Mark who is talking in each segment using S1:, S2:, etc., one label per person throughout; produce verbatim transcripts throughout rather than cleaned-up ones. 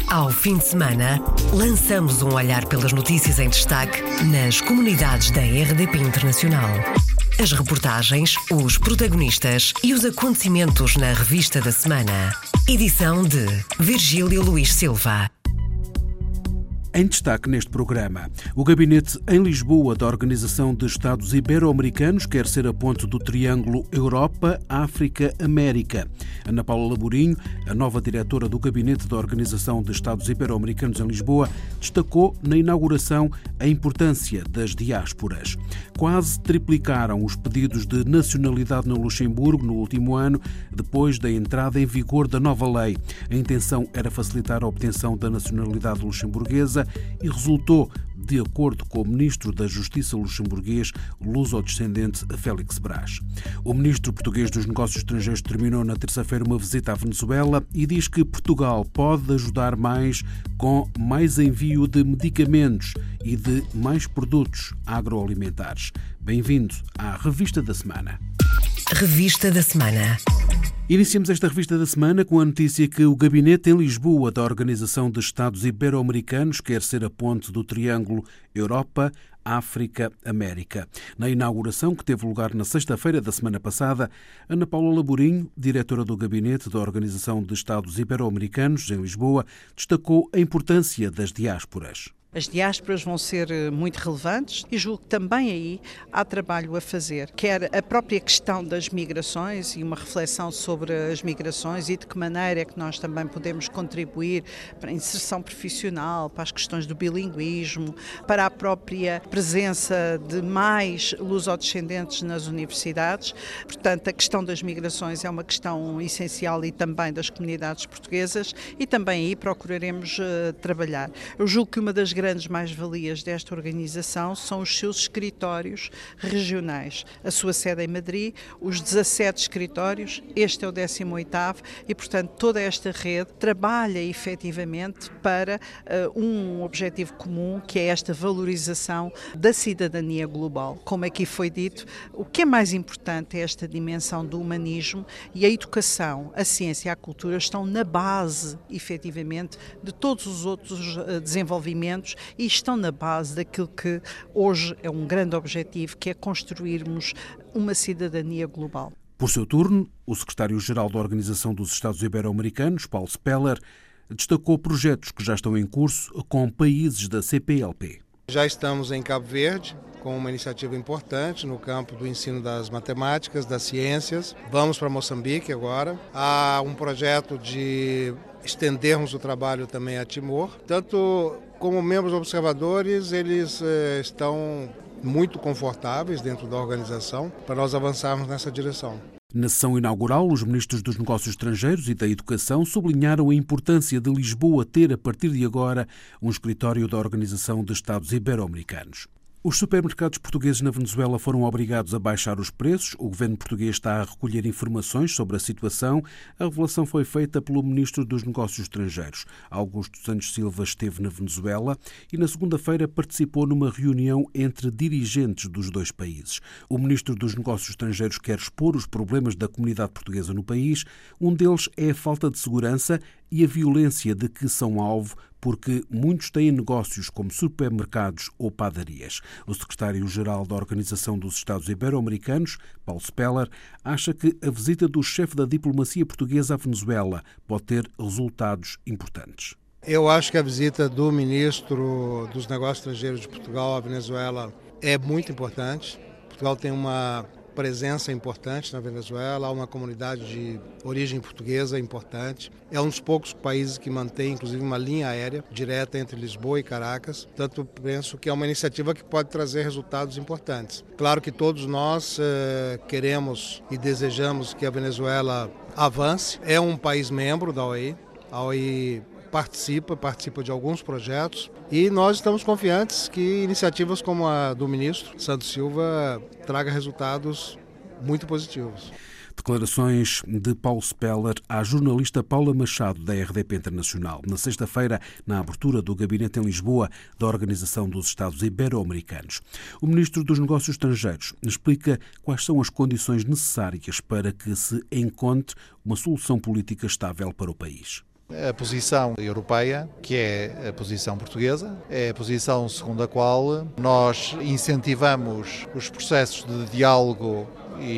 S1: Ao fim de semana, lançamos um olhar pelas notícias em destaque nas comunidades da R D P Internacional. As reportagens, os protagonistas e os acontecimentos na revista da semana. Edição de Virgílio Luís Silva.
S2: Em destaque neste programa, o gabinete em Lisboa da Organização de Estados Ibero-Americanos quer ser a ponte do triângulo Europa-África-América. Ana Paula Laborinho, a nova diretora do gabinete da Organização de Estados Ibero-Americanos em Lisboa, destacou na inauguração a importância das diásporas. Quase triplicaram os pedidos de nacionalidade no Luxemburgo no último ano, depois da entrada em vigor da nova lei. A intenção era facilitar a obtenção da nacionalidade luxemburguesa e resultou, de acordo com o ministro da Justiça luxemburguês, luso-descendente Félix Brás. O ministro português dos Negócios Estrangeiros terminou na terça-feira uma visita à Venezuela e diz que Portugal pode ajudar mais com mais envio de medicamentos e de mais produtos agroalimentares. Bem-vindo à Revista da Semana.
S1: Revista da Semana.
S2: Iniciamos esta revista da semana com a notícia que o gabinete em Lisboa da Organização de Estados Ibero-Americanos quer ser a ponte do triângulo Europa, África, América. Na inauguração, que teve lugar na sexta-feira da semana passada, Ana Paula Laborinho, diretora do gabinete da Organização de Estados Ibero-Americanos em Lisboa, destacou a importância das diásporas.
S3: As diásporas vão ser muito relevantes e julgo que também aí há trabalho a fazer. Quer a própria questão das migrações e uma reflexão sobre as migrações e de que maneira é que nós também podemos contribuir para a inserção profissional, para as questões do bilinguismo, para a própria presença de mais lusodescendentes nas universidades. Portanto, a questão das migrações é uma questão essencial e também das comunidades portuguesas e também aí procuraremos uh, trabalhar. Eu julgo que uma das grandes mais-valias desta organização são os seus escritórios regionais. A sua sede em Madrid, os dezassete escritórios, este é o décimo oitavo e, portanto, toda esta rede trabalha efetivamente para uh, um objetivo comum, que é esta valorização da cidadania global. Como aqui foi dito, o que é mais importante é esta dimensão do humanismo e a educação, a ciência e a cultura estão na base, efetivamente, de todos os outros uh, desenvolvimentos e estão na base daquilo que hoje é um grande objetivo, que é construirmos uma cidadania global.
S2: Por seu turno, o secretário-geral da Organização dos Estados Ibero-Americanos, Paulo Speller, destacou projetos que já estão em curso com países da C P L P.
S4: Já estamos em Cabo Verde, com uma iniciativa importante no campo do ensino das matemáticas, das ciências. Vamos para Moçambique agora. Há um projeto de estendermos o trabalho também a Timor. Tanto como membros observadores, eles eh, estão muito confortáveis dentro da organização para nós avançarmos nessa direção.
S2: Na sessão inaugural, os ministros dos Negócios Estrangeiros e da Educação sublinharam a importância de Lisboa ter, a partir de agora, um escritório da Organização de Estados Ibero-Americanos. Os supermercados portugueses na Venezuela foram obrigados a baixar os preços. O governo português está a recolher informações sobre a situação. A revelação foi feita pelo ministro dos Negócios Estrangeiros. Augusto Santos Silva esteve na Venezuela e na segunda-feira participou numa reunião entre dirigentes dos dois países. O ministro dos Negócios Estrangeiros quer expor os problemas da comunidade portuguesa no país. Um deles é a falta de segurança e a violência de que são alvo, porque muitos têm negócios como supermercados ou padarias. O secretário-geral da Organização dos Estados Ibero-Americanos, Paulo Speller, acha que a visita do chefe da diplomacia portuguesa à Venezuela pode ter resultados importantes.
S4: Eu acho que a visita do ministro dos Negócios Estrangeiros de Portugal à Venezuela é muito importante. Portugal tem uma presença importante na Venezuela, há uma comunidade de origem portuguesa importante. É um dos poucos países que mantém, inclusive, uma linha aérea direta entre Lisboa e Caracas. Portanto, penso que é uma iniciativa que pode trazer resultados importantes. Claro que todos nós eh, queremos e desejamos que a Venezuela avance. É um país membro da O A I. A O A I participa, participa de alguns projetos e nós estamos confiantes que iniciativas como a do ministro Santos Silva traga resultados muito positivos.
S2: Declarações de Paulo Speller à jornalista Paula Machado, da R D P Internacional, na sexta-feira, na abertura do gabinete em Lisboa da Organização dos Estados Ibero-Americanos. O ministro dos Negócios Estrangeiros explica quais são as condições necessárias para que se encontre uma solução política estável para o país.
S5: A posição europeia, que é a posição portuguesa, é a posição segundo a qual nós incentivamos os processos de diálogo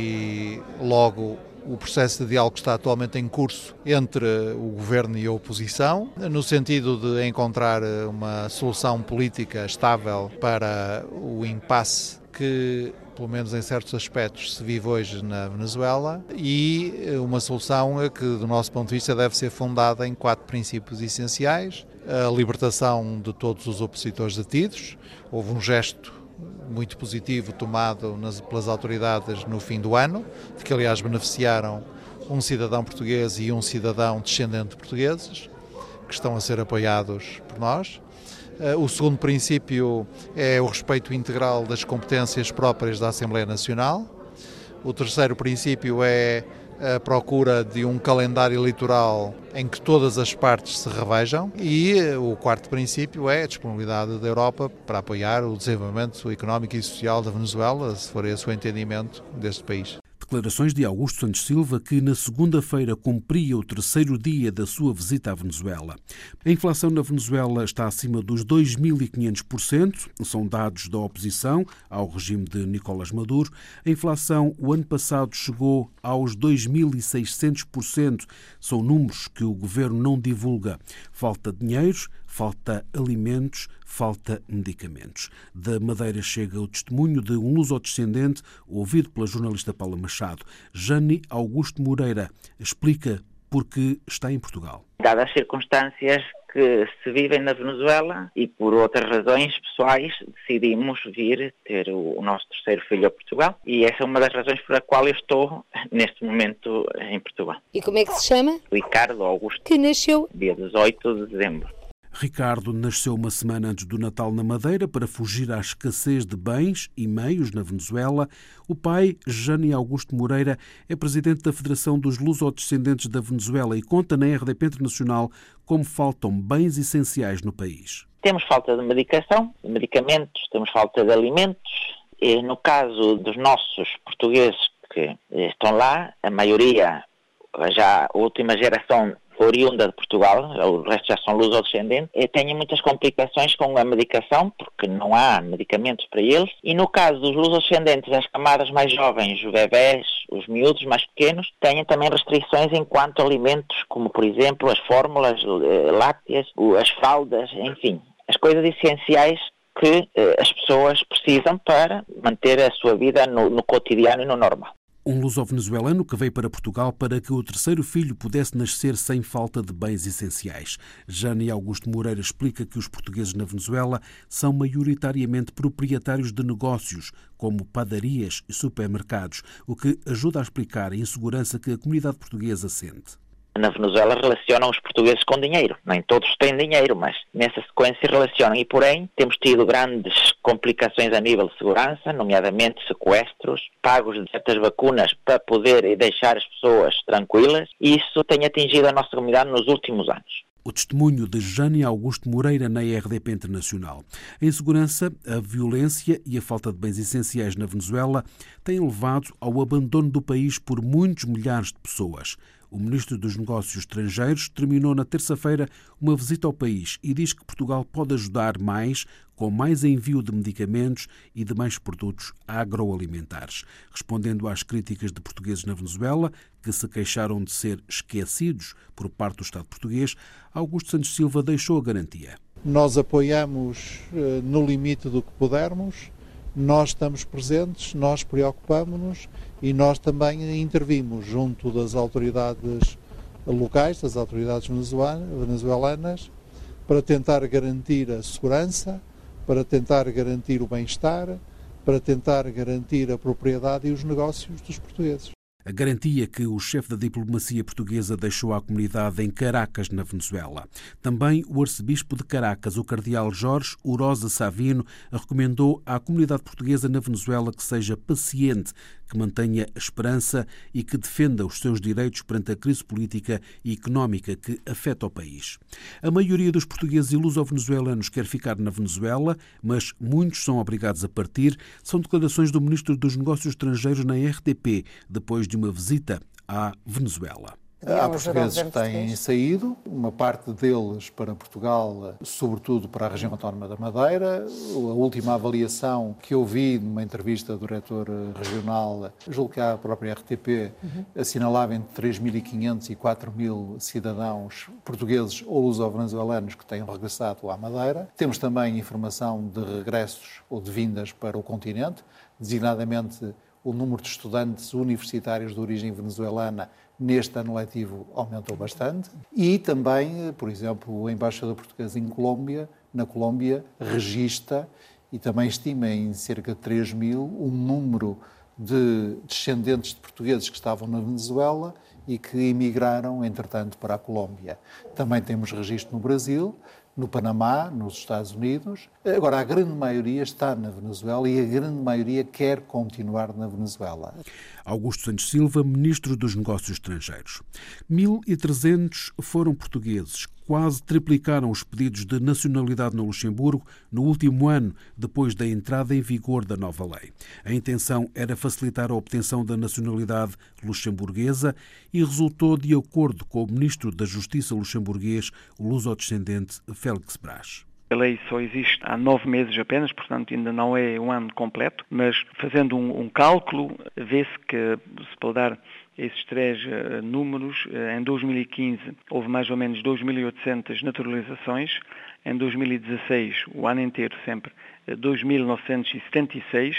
S5: e logo o processo de diálogo que está atualmente em curso entre o governo e a oposição, no sentido de encontrar uma solução política estável para o impasse que, pelo menos em certos aspectos, se vive hoje na Venezuela, e uma solução que, do nosso ponto de vista, deve ser fundada em quatro princípios essenciais: a libertação de todos os opositores detidos. Houve um gesto muito positivo tomado nas, pelas autoridades no fim do ano, de que aliás beneficiaram um cidadão português e um cidadão descendente de portugueses, que estão a ser apoiados por nós. O segundo princípio é o respeito integral das competências próprias da Assembleia Nacional. O terceiro princípio é a procura de um calendário eleitoral em que todas as partes se revejam, e o quarto princípio é a disponibilidade da Europa para apoiar o desenvolvimento económico e social da Venezuela, se for esse o entendimento deste país.
S2: Declarações de Augusto Santos Silva, que na segunda-feira cumpria o terceiro dia da sua visita à Venezuela. A inflação na Venezuela está acima dos dois mil e quinhentos por cento, são dados da oposição ao regime de Nicolás Maduro. A inflação o ano passado chegou aos dois mil e seiscentos por cento, são números que o governo não divulga. Falta dinheiro, falta alimentos, falta medicamentos. Da Madeira chega o testemunho de um lusodescendente ouvido pela jornalista Paula Machado. Jane Augusto Moreira explica por que está em Portugal.
S6: Dadas as circunstâncias que se vivem na Venezuela e por outras razões pessoais, decidimos vir ter o nosso terceiro filho a Portugal, e essa é uma das razões por a qual eu estou neste momento em Portugal.
S7: E como é que se chama?
S6: Ricardo Augusto.
S7: Que nasceu
S6: dia dezoito de dezembro.
S2: Ricardo nasceu uma semana antes do Natal na Madeira para fugir à escassez de bens e meios na Venezuela. O pai, Jane Augusto Moreira, é presidente da Federação dos Lusodescendentes da Venezuela e conta na R D P Internacional como faltam bens essenciais no país.
S6: Temos falta de medicação, de medicamentos, temos falta de alimentos. E no caso dos nossos portugueses que estão lá, a maioria, já a última geração oriunda de Portugal, o resto já são lusodescendentes, têm muitas complicações com a medicação, porque não há medicamentos para eles. E no caso dos lusodescendentes, as camadas mais jovens, os bebés, os miúdos mais pequenos, têm também restrições enquanto alimentos, como por exemplo as fórmulas lácteas, as fraldas, enfim, as coisas essenciais que as pessoas precisam para manter a sua vida no, no cotidiano e no normal.
S2: Um luso-venezuelano que veio para Portugal para que o terceiro filho pudesse nascer sem falta de bens essenciais. Jane Augusto Moreira explica que os portugueses na Venezuela são maioritariamente proprietários de negócios, como padarias e supermercados, o que ajuda a explicar a insegurança que a comunidade portuguesa sente.
S6: Na Venezuela relacionam os portugueses com dinheiro. Nem todos têm dinheiro, mas nessa sequência relacionam. E, porém, temos tido grandes complicações a nível de segurança, nomeadamente sequestros, pagos de certas vacunas para poder deixar as pessoas tranquilas. E isso tem atingido a nossa comunidade nos últimos anos.
S2: O testemunho de Jane Augusto Moreira na R D P Internacional. A insegurança, a violência e a falta de bens essenciais na Venezuela têm levado ao abandono do país por muitos milhares de pessoas. O Ministro dos Negócios Estrangeiros terminou na terça-feira uma visita ao país e diz que Portugal pode ajudar mais com mais envio de medicamentos e de mais produtos agroalimentares. Respondendo às críticas de portugueses na Venezuela, que se queixaram de ser esquecidos por parte do Estado português, Augusto Santos Silva deixou a garantia.
S5: Nós apoiamos no limite do que pudermos, nós estamos presentes, nós preocupamos-nos e nós também intervimos junto das autoridades locais, das autoridades venezuelanas, para tentar garantir a segurança, para tentar garantir o bem-estar, para tentar garantir a propriedade e os negócios dos portugueses.
S2: A garantia que o chefe da diplomacia portuguesa deixou à comunidade em Caracas, na Venezuela. Também o arcebispo de Caracas, o cardeal Jorge Orosa Savino, recomendou à comunidade portuguesa na Venezuela que seja paciente, que mantenha a esperança e que defenda os seus direitos perante a crise política e económica que afeta o país. A maioria dos portugueses e luso-venezuelanos quer ficar na Venezuela, mas muitos são obrigados a partir. São declarações do Ministro dos Negócios Estrangeiros na R T P, depois de uma visita à Venezuela.
S5: Há portugueses que têm saído, uma parte deles para Portugal, sobretudo para a região autónoma da Madeira. A última avaliação que eu vi numa entrevista do diretor regional, julgo que a própria R T P, uhum. assinalava entre três mil e quinhentos e quatro mil cidadãos portugueses ou luso-venezuelanos que têm regressado à Madeira. Temos também informação de regressos ou de vindas para o continente, designadamente o número de estudantes universitários de origem venezuelana neste ano letivo aumentou bastante. E também, por exemplo, o embaixador português em Colômbia, na Colômbia, registra e também estima em cerca de três mil o número de descendentes de portugueses que estavam na Venezuela e que emigraram, entretanto, para a Colômbia. Também temos registro no Brasil, no Panamá, nos Estados Unidos. Agora, a grande maioria está na Venezuela e a grande maioria quer continuar na Venezuela.
S2: Augusto Santos Silva, Ministro dos Negócios Estrangeiros. mil e trezentos foram portugueses, quase triplicaram os pedidos de nacionalidade no Luxemburgo no último ano, depois da entrada em vigor da nova lei. A intenção era facilitar a obtenção da nacionalidade luxemburguesa e resultou de acordo com o Ministro da Justiça luxemburguês, o lusodescendente Félix Braz.
S7: A lei só existe há nove meses apenas, portanto ainda não é um ano completo, mas fazendo um, um cálculo, vê-se que, se pode dar esses três uh, números, uh, em dois mil e quinze houve mais ou menos dois mil e oitocentas naturalizações, em dois mil e dezasseis, o ano inteiro sempre, uh, dois mil novecentos e setenta e seis,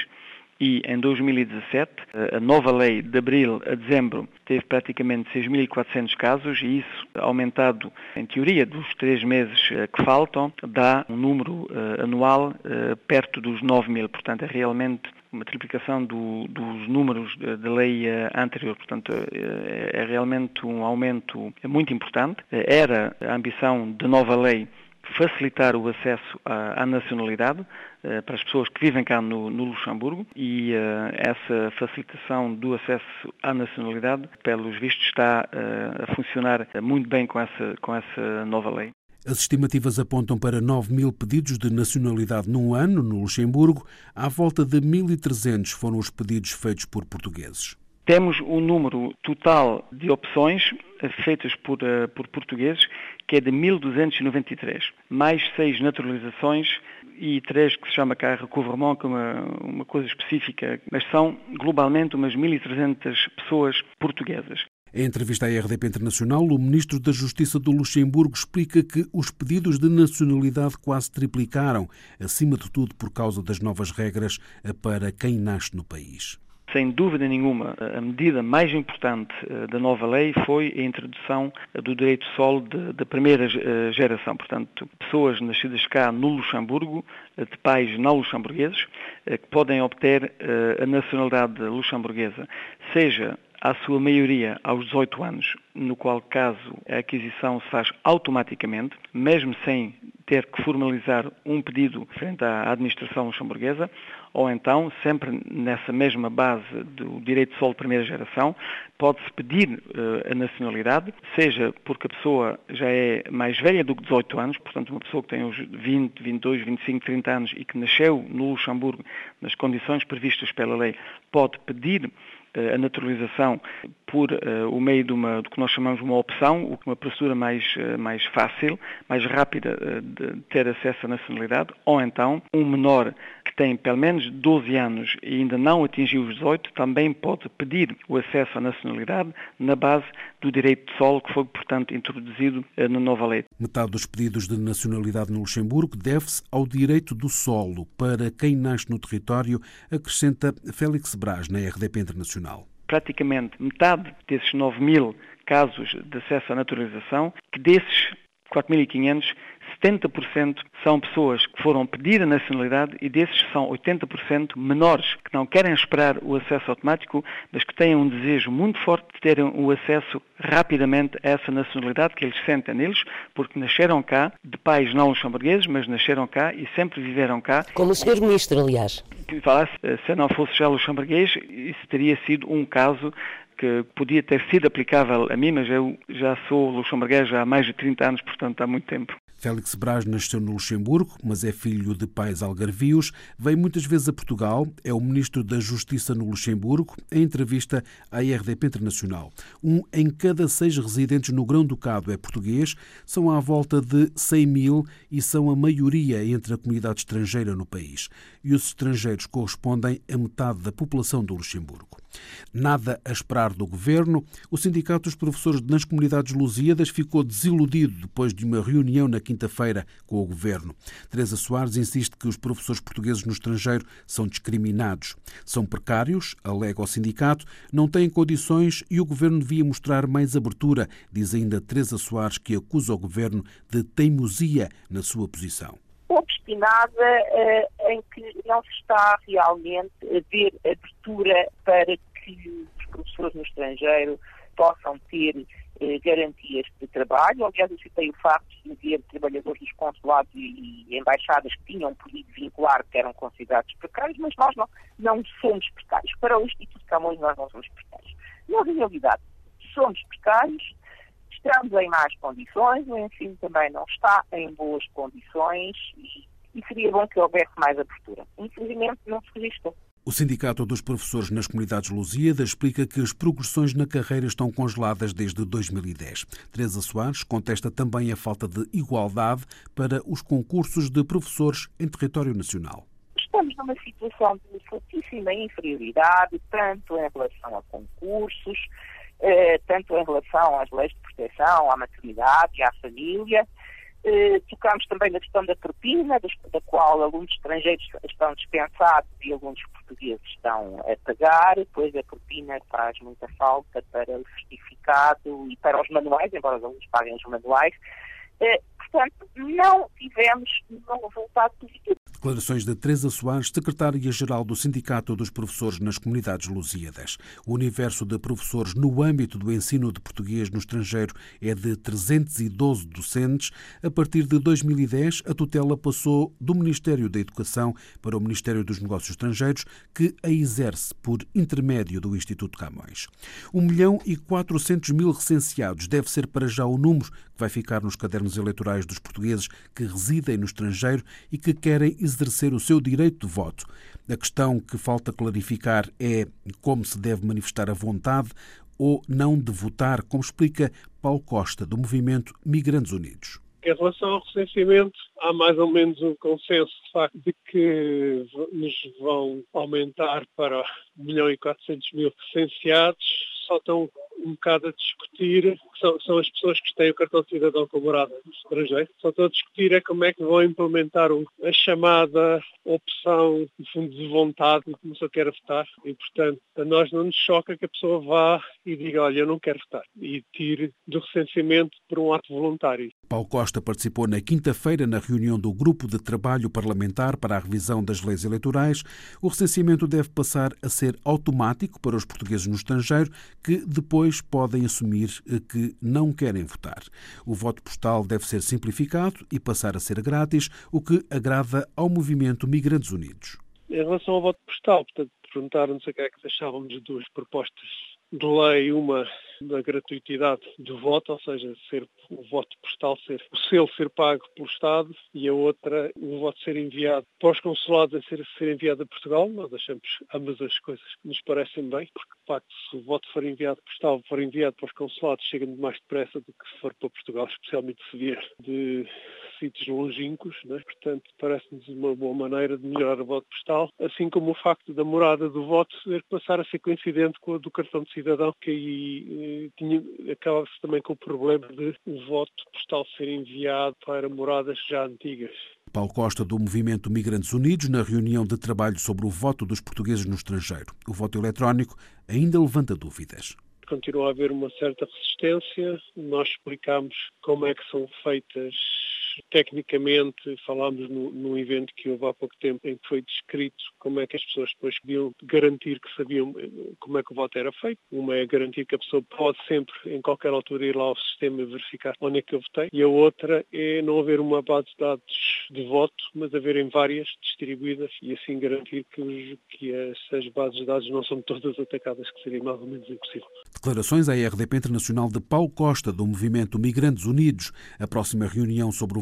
S7: e em dois mil e dezassete, a nova lei de abril a dezembro teve praticamente seis mil e quatrocentos casos e isso, aumentado em teoria dos três meses que faltam, dá um número uh, anual uh, perto dos nove mil. Portanto, é realmente uma triplicação do, dos números da lei uh, anterior. Portanto, uh, é realmente um aumento muito importante. Uh, era a ambição da nova lei facilitar o acesso à, à nacionalidade uh, para as pessoas que vivem cá no, no Luxemburgo e uh, essa facilitação do acesso à nacionalidade, pelos vistos, está uh, a funcionar muito bem com essa, com essa nova lei.
S2: As estimativas apontam para nove mil pedidos de nacionalidade num ano no Luxemburgo. À volta de mil e trezentos foram os pedidos feitos por portugueses.
S7: Temos um número total de opções feitas por, uh, por portugueses, que é de mil duzentos e noventa e três, mais seis naturalizações e três que se chama cá recouvrement, que é uma, uma coisa específica, mas são globalmente umas mil e trezentas pessoas portuguesas.
S2: Em entrevista à R D P Internacional, o Ministro da Justiça do Luxemburgo explica que os pedidos de nacionalidade quase triplicaram, acima de tudo por causa das novas regras para quem nasce no país.
S7: Sem dúvida nenhuma, a medida mais importante da nova lei foi a introdução do direito solo da primeira geração. Portanto, pessoas nascidas cá no Luxemburgo, de pais não luxemburgueses, que podem obter a nacionalidade luxemburguesa, seja à sua maioria aos dezoito anos, no qual caso a aquisição se faz automaticamente, mesmo sem ter que formalizar um pedido frente à administração luxemburguesa, ou então, sempre nessa mesma base do direito solo de primeira geração, pode-se pedir uh, a nacionalidade, seja porque a pessoa já é mais velha do que dezoito anos, portanto uma pessoa que tem uns vinte, vinte e dois, vinte e cinco, trinta anos e que nasceu no Luxemburgo nas condições previstas pela lei, pode pedir a naturalização por uh, o meio de uma, do que nós chamamos de uma opção, uma procedura mais, uh, mais fácil, mais rápida uh, de ter acesso à nacionalidade, ou então um menor que tem pelo menos doze anos e ainda não atingiu os dezoito, também pode pedir o acesso à nacionalidade na base do direito de solo que foi, portanto, introduzido uh, na nova lei.
S2: Metade dos pedidos de nacionalidade no Luxemburgo deve-se ao direito do solo para quem nasce no território, acrescenta Félix Braz na R D P Internacional.
S7: Praticamente metade desses nove mil casos de acesso à naturalização, que desses quatro mil e quinhentos, setenta por cento são pessoas que foram pedir a nacionalidade e desses são oitenta por cento menores que não querem esperar o acesso automático, mas que têm um desejo muito forte de terem o acesso rapidamente a essa nacionalidade que eles sentem neles, porque nasceram cá, de pais não luxemburgueses, mas nasceram cá e sempre viveram cá.
S1: Como o senhor Ministro, aliás.
S7: Falasse, se não fosse já luxemburguês, isso teria sido um caso que podia ter sido aplicável a mim, mas eu já sou luxemburguês há mais de trinta anos, portanto há muito tempo.
S2: Félix Braz nasceu no Luxemburgo, mas é filho de pais algarvios. Vem muitas vezes a Portugal, é o ministro da Justiça no Luxemburgo, em entrevista à R D P Internacional. Um em cada seis residentes no Grão-Ducado é português, são à volta de cem mil e são a maioria entre a comunidade estrangeira no país. E os estrangeiros correspondem a metade da população do Luxemburgo. Nada a esperar do governo. O Sindicato dos Professores nas Comunidades Lusíadas ficou desiludido depois de uma reunião na quinta-feira com o governo. Teresa Soares insiste que os professores portugueses no estrangeiro são discriminados. São precários, alega o sindicato, não têm condições e o governo devia mostrar mais abertura, diz ainda Teresa Soares, que acusa o governo de teimosia na sua posição.
S8: Obstinada uh, em que não se está realmente a ver abertura para que os professores no estrangeiro possam ter uh, garantias de trabalho. Aliás, eu citei o facto de haver trabalhadores dos consulados e, e embaixadas que tinham podido vincular que eram considerados precários, mas nós não, não somos precários. Para o Instituto Camões nós não somos precários. Na realidade, somos precários. Estamos em más condições, o ensino também não está em boas condições e, e seria bom que houvesse mais abertura. Infelizmente não se registrou.
S2: O Sindicato dos Professores nas Comunidades Lusíadas explica que as progressões na carreira estão congeladas desde dois mil e dez. Teresa Soares contesta também a falta de igualdade para os concursos de professores em território nacional.
S8: Estamos numa situação de fortíssima inferioridade, tanto em relação a concursos, Uh, tanto em relação às leis de proteção, à maternidade e à família. Uh, tocamos também na questão da propina, da, da qual alunos estrangeiros estão dispensados e alunos portugueses estão a pagar, pois a propina faz muita falta para o certificado e para os manuais, embora os alunos paguem os manuais. Uh, portanto, não tivemos um resultado positivo.
S2: Declarações de Teresa Soares, secretária-geral do Sindicato dos Professores nas Comunidades Lusíadas. O universo de professores no âmbito do ensino de português no estrangeiro é de trezentos e doze docentes. A partir de dois mil e dez, a tutela passou do Ministério da Educação para o Ministério dos Negócios Estrangeiros, que a exerce por intermédio do Instituto Camões. Um milhão e quatrocentos mil recenseados deve ser para já o número que vai ficar nos cadernos eleitorais dos portugueses que residem no estrangeiro e que querem exercer o seu direito de voto. A questão que falta clarificar é como se deve manifestar a vontade ou não de votar, como explica Paulo Costa, do movimento Migrantes Unidos.
S9: Em relação ao recenseamento, há mais ou menos um consenso de facto de que nos vão aumentar para um milhão e quatrocentos mil recenseados. Só estão um bocado a discutir, são, são as pessoas que têm o cartão de cidadão com morada no estrangeiro, só estão a discutir é como é que vão implementar o, a chamada opção de fundo de vontade que a pessoa quer votar e, portanto, a nós não nos choca que a pessoa vá e diga, olha, eu não quero votar e tire do recenseamento por um ato voluntário.
S2: Paulo Costa participou na quinta-feira na reunião do Grupo de Trabalho Parlamentar para a Revisão das Leis Eleitorais. O recenseamento deve passar a ser automático para os portugueses no estrangeiro que depois podem assumir que não querem votar. O voto postal deve ser simplificado e passar a ser grátis, o que agrada ao movimento Migrantes Unidos.
S9: Em relação ao voto postal, portanto, perguntaram-nos o que é que achávamos de duas propostas de lei, uma da gratuitidade do voto, ou seja, ser o voto postal, ser o selo ser pago pelo Estado, e a outra, o voto ser enviado para os consulados a ser, ser enviado a Portugal. Nós achamos ambas as coisas que nos parecem bem, porque de facto se o voto for enviado postal, for enviado para os consulados, chega mais depressa do que se for para Portugal, especialmente se vier de sítios longínquos, né? Portanto, parece-nos uma boa maneira de melhorar o voto postal, assim como o facto da morada do voto passar a ser coincidente com a do cartão de cidadão, que aí tinha, acaba-se também com o problema de o voto postal ser enviado para moradas já antigas.
S2: Paulo Costa, do movimento Migrantes Unidos, na reunião de trabalho sobre o voto dos portugueses no estrangeiro. O voto eletrónico ainda levanta dúvidas.
S9: Continua a haver uma certa resistência. Nós explicamos como é que são feitas tecnicamente, falámos no, num evento que houve há pouco tempo em que foi descrito como é que as pessoas depois podiam garantir que sabiam como é que o voto era feito. Uma é garantir que a pessoa pode sempre, em qualquer altura, ir lá ao sistema e verificar onde é que eu votei. E a outra é não haver uma base de dados de voto, mas haverem várias distribuídas e assim garantir que, os, que essas bases de dados não são todas atacadas, que seria mais ou menos impossível.
S2: Declarações à R D P Internacional de Paulo Costa, do movimento Migrantes Unidos. A próxima reunião sobre o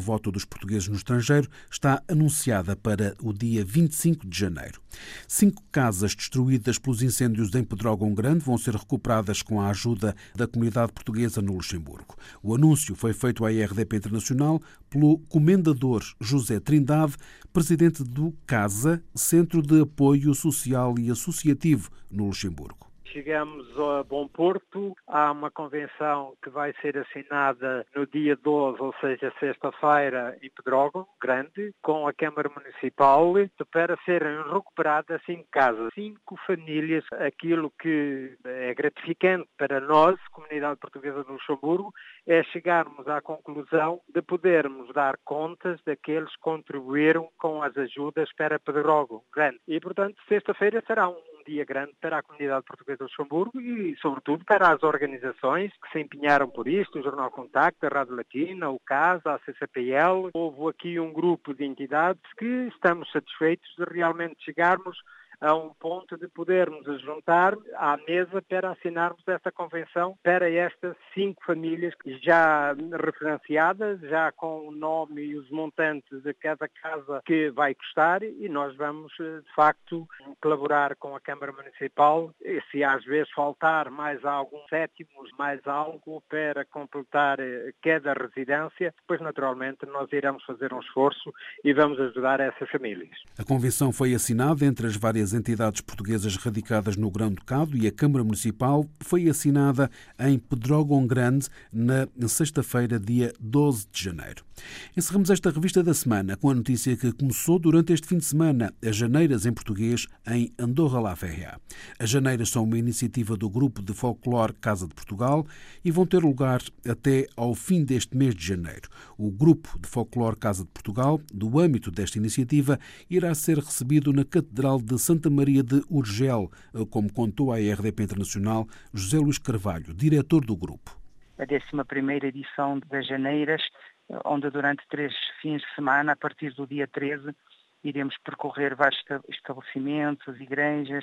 S2: voto dos portugueses no estrangeiro está anunciada para o dia vinte e cinco de janeiro. Cinco casas destruídas pelos incêndios em Pedrógão Grande vão ser recuperadas com a ajuda da comunidade portuguesa no Luxemburgo. O anúncio foi feito à R D P Internacional pelo comendador José Trindade, presidente do CASA, Centro de Apoio Social e Associativo no Luxemburgo.
S10: Chegamos a Bom Porto, há uma convenção que vai ser assinada no dia doze, ou seja, sexta-feira, em Pedrógão Grande, com a Câmara Municipal, para serem recuperadas cinco casas, cinco famílias. Aquilo que é gratificante para nós, comunidade portuguesa do Luxemburgo, é chegarmos à conclusão de podermos dar contas daqueles que contribuíram com as ajudas para Pedrógão Grande. E, portanto, sexta-feira será um dia grande para a comunidade portuguesa do Luxemburgo e, sobretudo, para as organizações que se empenharam por isto, o Jornal Contacto, a Rádio Latina, o CASA, a C C P L. Houve aqui um grupo de entidades que estamos satisfeitos de realmente chegarmos a um ponto de podermos juntar à mesa para assinarmos esta convenção para estas cinco famílias já referenciadas, já com o nome e os montantes de cada casa que vai custar, e nós vamos, de facto, colaborar com a Câmara Municipal. E se às vezes faltar mais alguns sétimos, mais algo para completar cada residência, depois naturalmente nós iremos fazer um esforço e vamos ajudar essas famílias.
S2: A convenção foi assinada entre as várias entidades portuguesas radicadas no Grão-Ducado e a Câmara Municipal foi assinada em Pedrógão Grande na sexta-feira, dia doze de janeiro. Encerramos esta revista da semana com a notícia que começou durante este fim de semana as Janeiras em português em Andorra la Vella. As Janeiras são uma iniciativa do Grupo de Folclore Casa de Portugal e vão ter lugar até ao fim deste mês de janeiro. O Grupo de Folclore Casa de Portugal, do âmbito desta iniciativa, irá ser recebido na Catedral de Santa Maria de Urgel, como contou à R D P Internacional José Luís Carvalho, diretor do grupo.
S11: A décima primeira edição das Janeiras, onde durante três fins de semana, a partir do dia treze, iremos percorrer vários estabelecimentos, igrejas,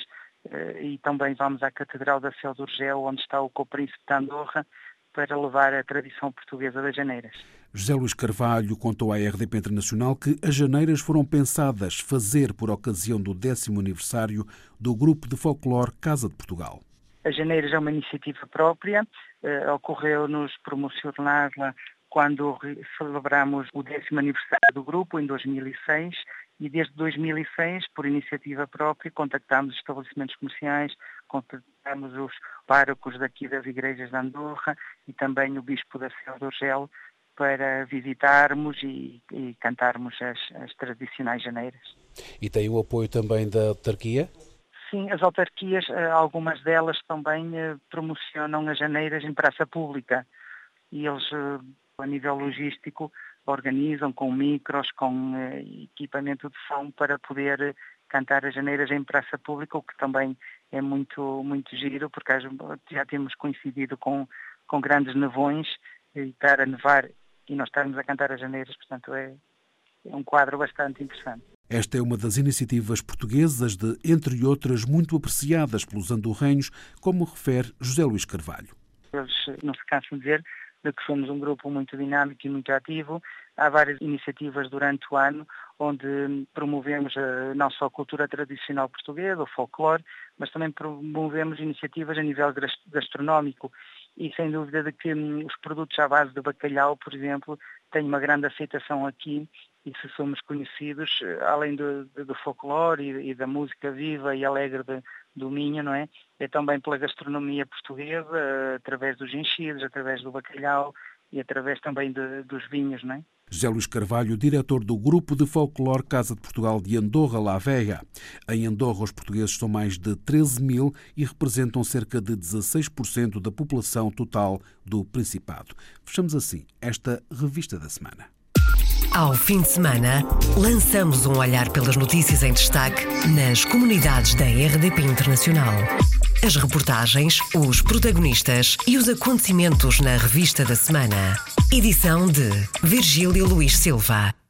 S11: e também vamos à Catedral da Sé de Urgel, onde está o Co-Príncipe de Andorra, para levar a tradição portuguesa das Janeiras.
S2: José Luís Carvalho contou à R D P Internacional que as Janeiras foram pensadas fazer por ocasião do décimo aniversário do Grupo de Folclore Casa de Portugal.
S11: As Janeiras é uma iniciativa própria, eh, ocorreu-nos promocioná-la quando celebramos o décimo aniversário do grupo, em dois mil e seis, e desde dois mil e seis, por iniciativa própria, contactámos os estabelecimentos comerciais, contactámos os párocos daqui das igrejas de Andorra e também o Bispo da Sé de Urgel para visitarmos e, e cantarmos as, as tradicionais janeiras.
S2: E tem o apoio também da autarquia?
S11: Sim, as autarquias, algumas delas também promocionam as janeiras em praça pública e eles, a nível logístico, organizam com micros, com equipamento de som para poder cantar as janeiras em praça pública, o que também é muito, muito giro, porque já temos coincidido com, com grandes nevões e estar a nevar e nós estarmos a cantar as janeiras, portanto é, é um quadro bastante interessante.
S2: Esta é uma das iniciativas portuguesas de, entre outras, muito apreciadas pelos andorrenhos, como refere José Luís Carvalho.
S11: Eles não se cansam de dizer de que somos um grupo muito dinâmico e muito ativo. Há várias iniciativas durante o ano onde promovemos não só a cultura tradicional portuguesa, o folclore, mas também promovemos iniciativas a nível gastronómico. E sem dúvida de que os produtos à base de bacalhau, por exemplo, têm uma grande aceitação aqui e se somos conhecidos, além do, do folclore e, e da música viva e alegre de, do Minho, não é? É também pela gastronomia portuguesa, através dos enchidos, através do bacalhau e através também de, dos vinhos, não é?
S2: José Luís Carvalho, diretor do Grupo de Folclore Casa de Portugal de Andorra la Vella. Em Andorra, os portugueses são mais de treze mil e representam cerca de dezasseis por cento da população total do Principado. Fechamos assim esta revista da semana.
S1: Ao fim de semana, lançamos um olhar pelas notícias em destaque nas comunidades da R D P Internacional. As reportagens, os protagonistas e os acontecimentos na revista da semana. Edição de Virgílio Luís Silva.